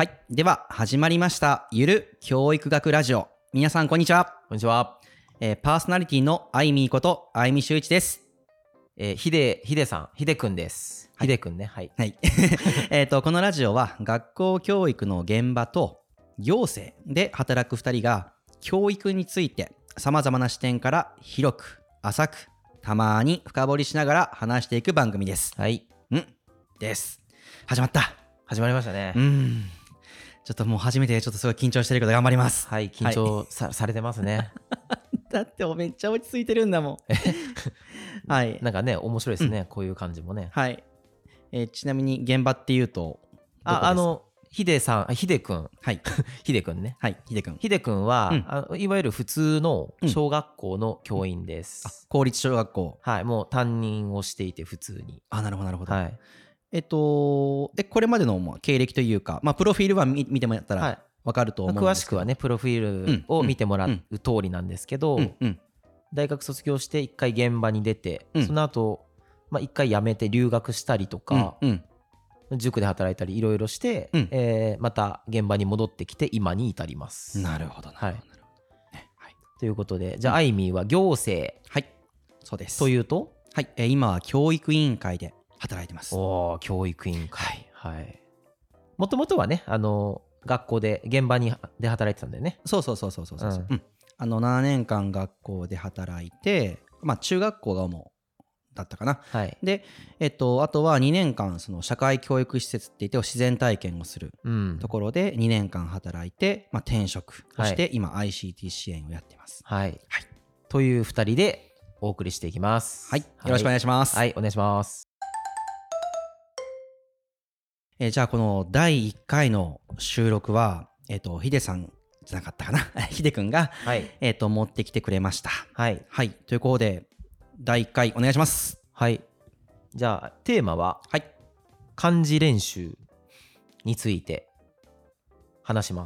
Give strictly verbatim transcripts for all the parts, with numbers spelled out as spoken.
はい。では、始まりました。ゆる教育学ラジオ。皆さん、こんにちは。 こんにちは。 えー、パーソナリティのあいみーことあいみしゅういちです。 えー、ひで、ひでさん、ひでくんです。 はいひでくんね。はい。 はい。えっと、このラジオは学校教育の現場と行政で働くふたりが教育について様々な視点から広く、浅く、たまに深掘りしながら話していく番組です。 はい。 んです。始まった。 始まりましたね。 うーん。ちょっともう初めてちょっとすごい緊張してるけど頑張ります。 はい、緊張さ、はい、されてますね。 だってめっちゃ落ち着いてるんだもん。はい。 なんかね、面白いですね、うん、こういう感じもね。 はい。えー、ちなみに現場っていうとあ、あの、ひでさん、ひでくん。 はい。 ひでくんね。 はい、ひでくん。 ひでくんは、 うん、 あのいわゆる普通の小学校の教員です。 うん、あ、公立小学校。 はい、もう担任をしていて普通に。 あ、なるほどなるほど。 はい。 えっと、え、これまでの経歴というか、まあ、プロフィールは見てもらったら分かると思うんですけど、 詳しくはね、プロフィールを見てもらう通りなんですけど、うんうん、大学卒業して一回現場に出て、うん、その後、まあ一回辞めて留学したりとか、うんうん、塾で働いたりいろいろして、うん、えー、また現場に戻ってきて今に至ります。 なるほどなるほど、はいね、はい、ということで、じゃあ、うん、アイミーは行政、 はい、そうです。 というと、 はい、えー、今は教育委員会で働いてます。 おー、教育委員会。はい。もともとはね、あの学校で現場にで働いてたんだよね。 そうそうそうそうそうそう、うんうん、あのななねんかん学校で働いて、まあ中学校が主だったかな。 はい。 で、えっとあとはにねんかんその社会教育施設って言って自然体験をするところでにねんかん働いて、まあ転職をして、はい、今 アイシーティー 支援をやってます。 はい。はい。というふたりでお送りしていきます。 はい。よろしくお願いします。 はい、はい、お願いします。 えー、じゃあこのだいいっかいの収録は、えっと、ヒデさんじゃなかったかなヒデくんが、はい、えっと、持ってきてくれました。はい。はい。ということで、だいいっかいお願いします。 はい。じゃあ、テーマは、はい、漢字練習について話します。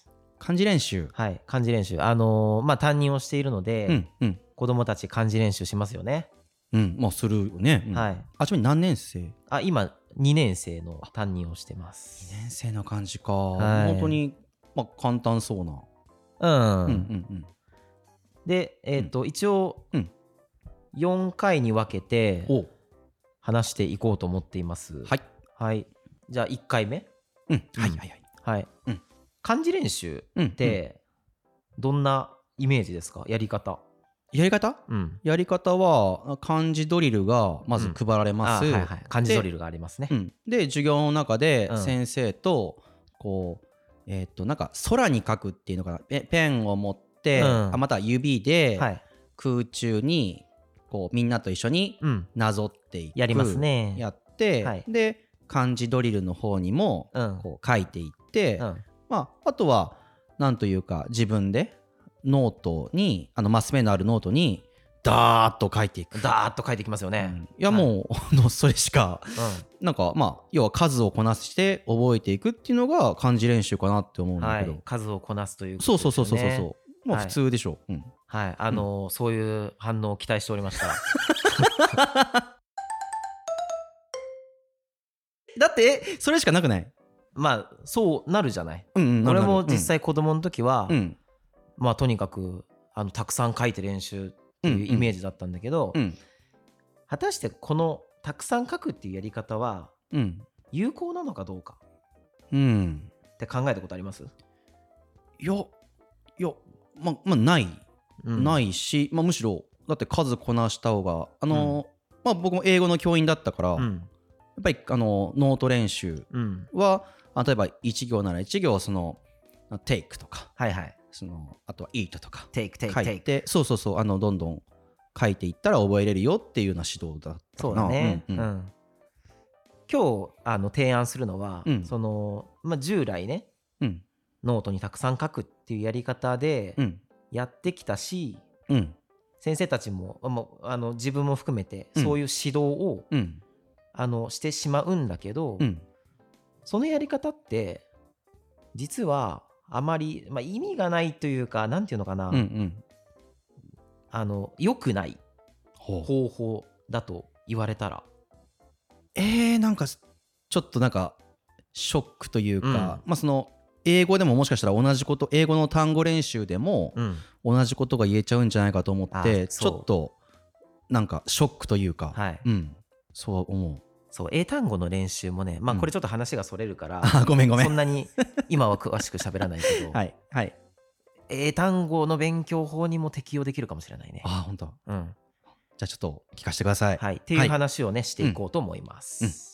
漢字練習。 はい。漢字練習。あのー、まあ、担任をしているので、うんうん、子供たち漢字練習しますよね。 うん、まあ、するよね。うん、はい。あ、ちなみに何年生？ あ、今、にねん生の担任をしてます。 にねん生の漢字か。はい、本当に、まあ、簡単そうな。うん。うんうんうん。 で、えっと、うん、一応、うん、よんかいに分けて話していこうと思っています。 はい。 はい。じゃあいっかいめ。 うん。はいはいはい。 はい。うん、漢字練習ってどんなイメージですか？やり方。 やり方？うん。やり方は漢字ドリルがまず配られます。 うん、はいはい。漢字ドリルがありますね。 うん、で授業の中で先生とこう、えっとなんか空に書くっていうのかな、ペ, ペンを持って、うん、あまた指で空中にこうみんなと一緒になぞっていく、 うん、やりますね。 やって、はい、で漢字ドリルの方にもこう書いていって、うん、まああとはなんというか自分でノートにあのマス目のあるノートにダーッと書いていく。 ダーッと書いていきますよね。 うん、いやもう、はい、それしか、うん、なんかまあ要は数をこなして覚えていくっていうのが漢字練習かなって思うんだけど、はい、 数をこなすということですね。 そうそうそうそうそう、まあ普通でしょう。うん、 はい、あのーうん、そういう反応を期待しておりました。 だってそれしかなくない？ まあそうなるじゃない。 うんうん、 俺も実際子供の時は、 うん、 まあとにかくあのたくさん書いて練習っていうイメージだったんだけど、うんうん、果たしてこのたくさん書くっていうやり方は有効なのかどうか、うん、って考えたことあります？ いやいやままあない、うん、ないし、まあ、むしろだって数こなした方があの、うん、まあ僕も英語の教員だったから、うん、やっぱりあのノート練習は、うん、例えばいち行ならいち行その take とか、はいはい、そのあとは eat とか take take 書いて、take そうそうそう、あのどんどん書いていったら覚えれるよっていうような指導だったかな。 そうだね、うんうんうん、今日あの提案するのは、うん、そのまあ、従来ね、うん、ノートにたくさん書くっていうやり方でやってきたし、うん、先生たちも、もうあの自分も含めてそういう指導を、うん、あのしてしまうんだけど、うん、そのやり方って実はあまり、まあ、意味がないというか、なんていうのかな、うんうん、あの良くない方法だと言われたら、 えー、なんかちょっとなんかショックというか、うん、まあその英語でももしかしたら同じこと英語の単語練習でも同じことが言えちゃうんじゃないかと思って、うん、ちょっとなんかショックというか、はいうん、そう思う。 そう英単語の練習もね、まあこれちょっと話がそれるから、 うん、あごめんごめんそんなに今は詳しく喋らないけどはいはい英単語の勉強法にも適用できるかもしれないね。 あ本当。 うん。 じゃあちょっと聞かせてください。 はいっていう話をね、はい、していこうと思います。うんうん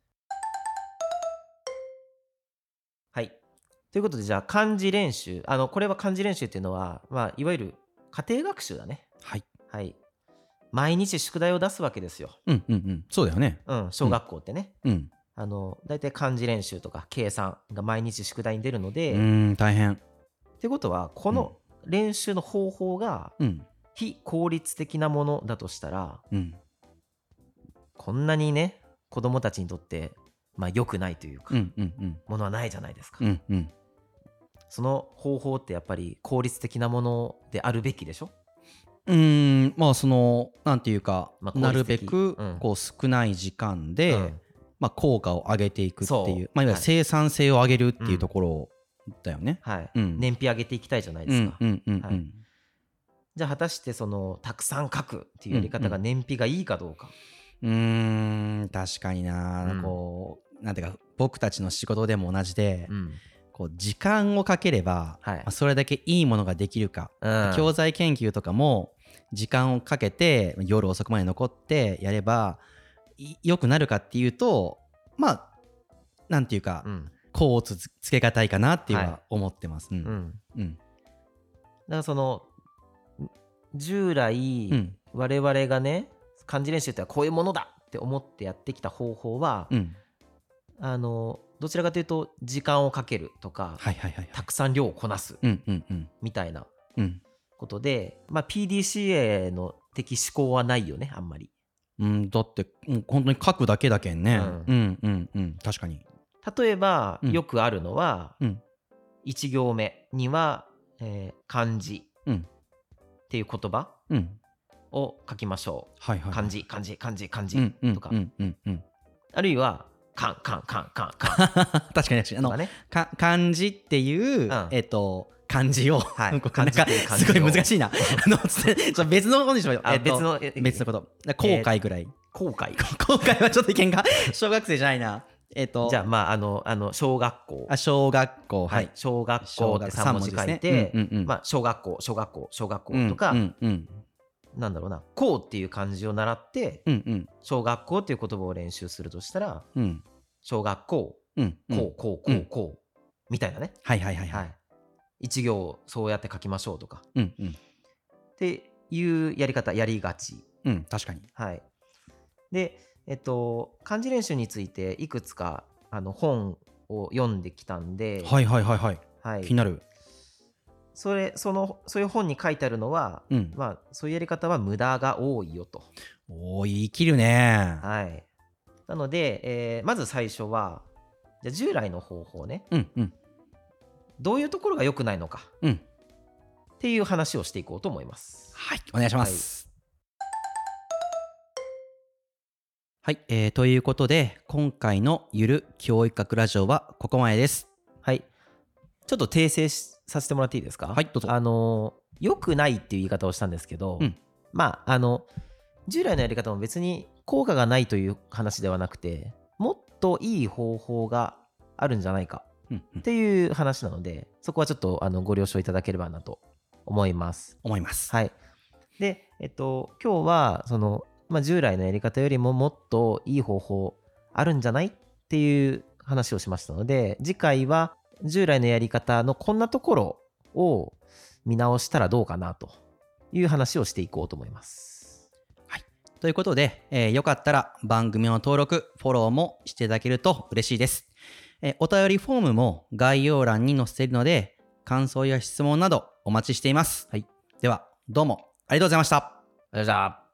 はい。ということでじゃあ漢字練習、あのこれは漢字練習っていうのは、まあ、いわゆる家庭学習だね。 はい、 はい、毎日宿題を出すわけですよ。 うんうんうんそうだよね。 うん小学校ってね。 うん、 あのだいたい漢字練習とか計算が毎日宿題に出るので、 うん大変。 ってことはこの練習の方法が非効率的なものだとしたら、うん、こんなにね子供たちにとってまあ良くないというか、うんうんうん、ものはないじゃないですか、うんうん、その方法ってやっぱり効率的なものであるべきでしょ。 うーんまあそのなんていうか、まあ、なるべくこう少ない時間で、うんまあ、効果を上げていくっていう、まあ、いわゆる生産性を上げるっていうところだよね、 うんはいうん、燃費上げていきたいじゃないですか、うんうんうんうんはい、じゃあ果たしてそのたくさん書くっていうやり方が燃費がいいかどうか、 うんうん、うーん確かにな、うん、こうなんていうか僕たちの仕事でも同じで、うん、こう時間をかければ、はいまあ、それだけいいものができるか、うん、教材研究とかも時間をかけて夜遅くまで残ってやれば良くなるかっていうとまあなんていうか、うん、こうつけがたいかなっていうのは思ってます、はいうんうんうん、 だからその従来、うん、我々がね漢字練習ってこういうものだって思ってやってきた方法は、うんあのどちらかというと時間をかけるとか、はいはいはいはい、たくさん量をこなす、うんうんうん、みたいなことで、まあ、ピーディーシーエー の的思考はないよねあんまり、 うん、だって、うん、本当に書くだけだけんね、うん、うんうんうん確かに。 例えば、うん、よくあるのは、うん、いち行目には、えー、漢字っていう言葉を書きましょう、はいはいはい、漢字漢字漢字漢字とか、うんうんうんうん、あるいはカンカンカンカンカン確かに確かにあの、ね、か漢字っていう、うん、えっと漢字を、はい、漢字っていう漢字をすごい難しいなあの別のことにしましょう、えっと、別の別のこと後悔ぐらい、えー、 後悔後悔はちょっといけんか小学生じゃないなえっとじゃあまああのあの小学校あ小学校はい、はい、 小学校ってさん文字書いて、ねうんうんうんまあ、小学校小学校小学校とか、うんうんうんなんだろうなこうっていう漢字を習って、うんうん、小学校っていう言葉を練習するとしたら、うん、小学校、うんうん、こうこうこうこう、うん、みたいなねはいはいはい、はい、 一行そうやって書きましょうとか、うんうん、っていうやり方やりがち、 うん、確かに、 はい、でえっと漢字練習についていくつかあの本を読んできたんではいはいはいはい、はい、気になるそれそのそういう本に書いてあるのは、うんまあ、そういうやり方は無駄が多いよと。 おー言い切るね。 はい。なので、えー、まず最初はじゃ従来の方法ね、うんうん、どういうところが良くないのか、うん、っていう話をしていこうと思います。 はいお願いします。はい、はいえー、ということで今回のゆる教育学ラジオはここまでです。 はいちょっと訂正させてもらっていいですか。 はいどうぞ。 あの良くないっていう言い方をしたんですけど、うん、まああの従来のやり方も別に効果がないという話ではなくてもっといい方法があるんじゃないかっていう話なので、うんうん、そこはちょっとあのご了承いただければなと思います思いますはいでえっと今日はその、まあ、従来のやり方よりももっといい方法あるんじゃないっていう話をしましたので次回は従来のやり方のこんなところを見直したらどうかなという話をしていこうと思います。 はい、ということで、えー、よかったら番組の登録、フォローもしていただけると嬉しいです。えー、お便りフォームも概要欄に載せているので感想や質問などお待ちしています。はい、ではどうもありがとうございました。ありがとうございました。